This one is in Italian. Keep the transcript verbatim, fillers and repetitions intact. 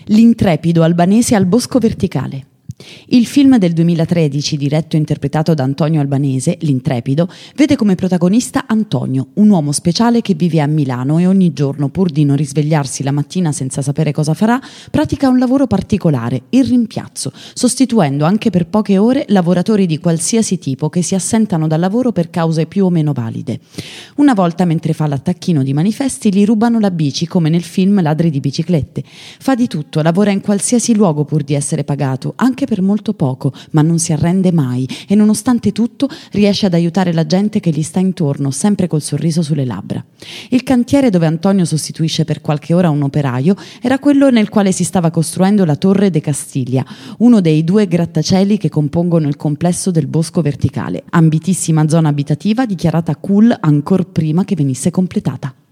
L'intrepido albanese al bosco verticale. Il film del duemilatredici, diretto e interpretato da Antonio Albanese, L'intrepido, vede come protagonista Antonio, un uomo speciale che vive a Milano e ogni giorno, pur di non risvegliarsi la mattina senza sapere cosa farà, pratica un lavoro particolare, il rimpiazzo, sostituendo anche per poche ore lavoratori di qualsiasi tipo che si assentano dal lavoro per cause più o meno valide. Una volta, mentre fa l'attacchino di manifesti, gli rubano la bici come nel film Ladri di biciclette. Fa di tutto, lavora in qualsiasi luogo pur di essere pagato, anche per molto poco, ma non si arrende mai e nonostante tutto riesce ad aiutare la gente che gli sta intorno, sempre col sorriso sulle labbra. Il cantiere dove Antonio sostituisce per qualche ora un operaio era quello nel quale si stava costruendo la Torre de Castiglia, uno dei due grattacieli che compongono il complesso del Bosco Verticale, ambitissima zona abitativa dichiarata cool ancor prima che venisse completata.